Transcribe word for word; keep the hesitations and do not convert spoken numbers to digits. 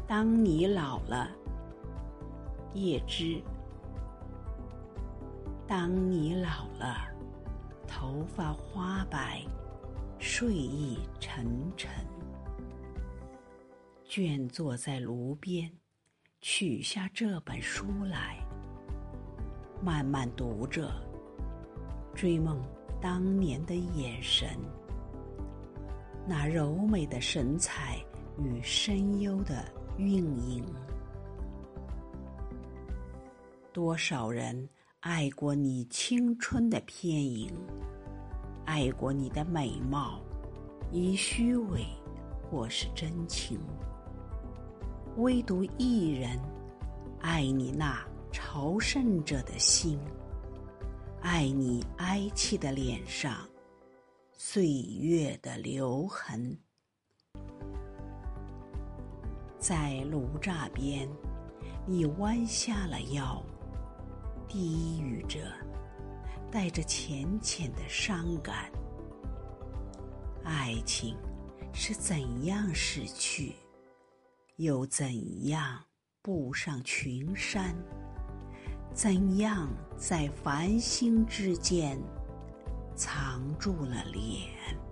当你老了，叶芝。当你老了，头发花白，睡意沉沉，倦坐在炉边，取下这本书来，慢慢读着，追梦当年的眼神，那柔美的神采与深幽的韵影。多少人爱过你青春的片影，爱过你的美貌，以虚伪或是真情，唯独一人爱你那朝圣者的心，爱你哀戚的脸上岁月的留痕。在炉栅边，你弯下了腰，低语着，带着浅浅的伤感。爱情是怎样逝去，又怎样步上群山，怎样在繁星之间藏住了脸。